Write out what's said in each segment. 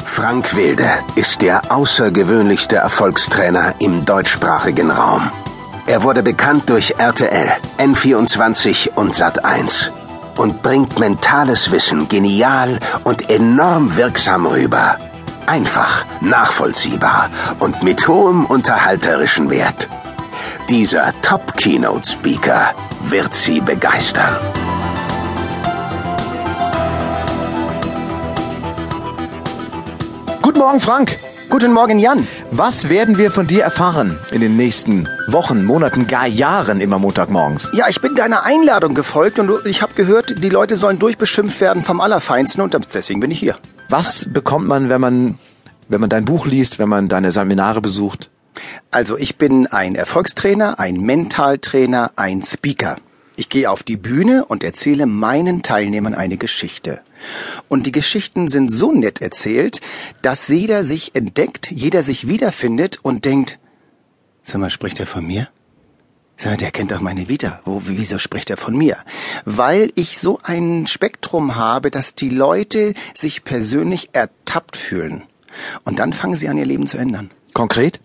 Frank Wilde ist der außergewöhnlichste Erfolgstrainer im deutschsprachigen Raum. Er wurde bekannt durch RTL, N24 und Sat.1 und bringt mentales Wissen genial und enorm wirksam rüber. Einfach, nachvollziehbar und mit hohem unterhalterischen Wert. Dieser Top-Keynote-Speaker wird Sie begeistern. Guten Morgen, Frank. Guten Morgen, Jan. Was werden wir von dir erfahren in den nächsten Wochen, Monaten, gar Jahren immer Montagmorgens? Ja, ich bin deiner Einladung gefolgt und ich habe gehört, die Leute sollen durchbeschimpft werden vom Allerfeinsten und deswegen bin ich hier. Was bekommt man, wenn man dein Buch liest, wenn man deine Seminare besucht? Also ich bin ein Erfolgstrainer, ein Mentaltrainer, ein Speaker. Ich gehe auf die Bühne und erzähle meinen Teilnehmern eine Geschichte. Und die Geschichten sind so nett erzählt, dass jeder sich entdeckt, jeder sich wiederfindet und denkt, sag mal, spricht er von mir? Sag mal, der kennt doch meine Vita. Wieso spricht er von mir? Weil ich so ein Spektrum habe, dass die Leute sich persönlich ertappt fühlen. Und dann fangen sie an, ihr Leben zu ändern. Konkret?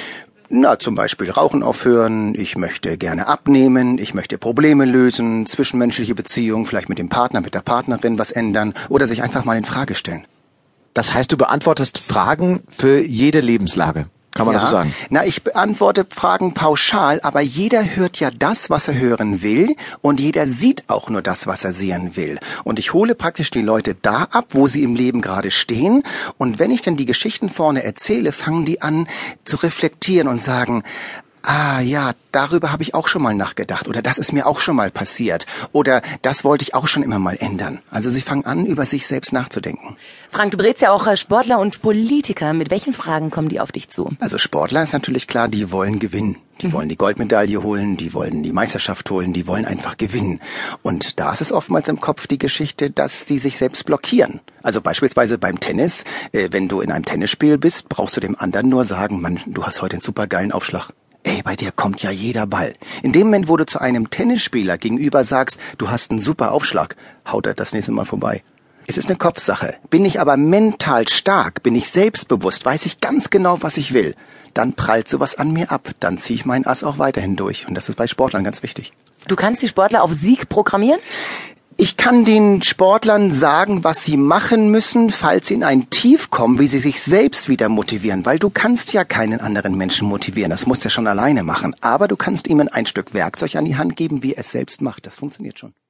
Na, zum Beispiel Rauchen aufhören, ich möchte gerne abnehmen, ich möchte Probleme lösen, zwischenmenschliche Beziehungen, vielleicht mit dem Partner, mit der Partnerin was ändern oder sich einfach mal in Frage stellen. Das heißt, du beantwortest Fragen für jede Lebenslage. Kann man das so sagen? Na, ich beantworte Fragen pauschal, aber jeder hört ja das, was er hören will und jeder sieht auch nur das, was er sehen will. Und ich hole praktisch die Leute da ab, wo sie im Leben gerade stehen und wenn ich dann die Geschichten vorne erzähle, fangen die an zu reflektieren und sagen, ah ja, darüber habe ich auch schon mal nachgedacht oder das ist mir auch schon mal passiert oder das wollte ich auch schon immer mal ändern. Also sie fangen an, über sich selbst nachzudenken. Frank, du berätst ja auch Sportler und Politiker. Mit welchen Fragen kommen die auf dich zu? Also Sportler ist natürlich klar, die wollen gewinnen. Die wollen die Goldmedaille holen, die wollen die Meisterschaft holen, die wollen einfach gewinnen. Und da ist es oftmals im Kopf die Geschichte, dass die sich selbst blockieren. Also beispielsweise beim Tennis, wenn du in einem Tennisspiel bist, brauchst du dem anderen nur sagen, Mann, du hast heute einen super geilen Aufschlag. Ey, bei dir kommt ja jeder Ball. In dem Moment, wo du zu einem Tennisspieler gegenüber sagst, du hast einen super Aufschlag, haut er das nächste Mal vorbei. Es ist eine Kopfsache. Bin ich aber mental stark, bin ich selbstbewusst, weiß ich ganz genau, was ich will, dann prallt sowas an mir ab. Dann ziehe ich meinen Ass auch weiterhin durch. Und das ist bei Sportlern ganz wichtig. Du kannst die Sportler auf Sieg programmieren? Ich kann den Sportlern sagen, was sie machen müssen, falls sie in ein Tief kommen, wie sie sich selbst wieder motivieren. Weil du kannst ja keinen anderen Menschen motivieren. Das musst du ja schon alleine machen. Aber du kannst ihm ein Stück Werkzeug an die Hand geben, wie er es selbst macht. Das funktioniert schon.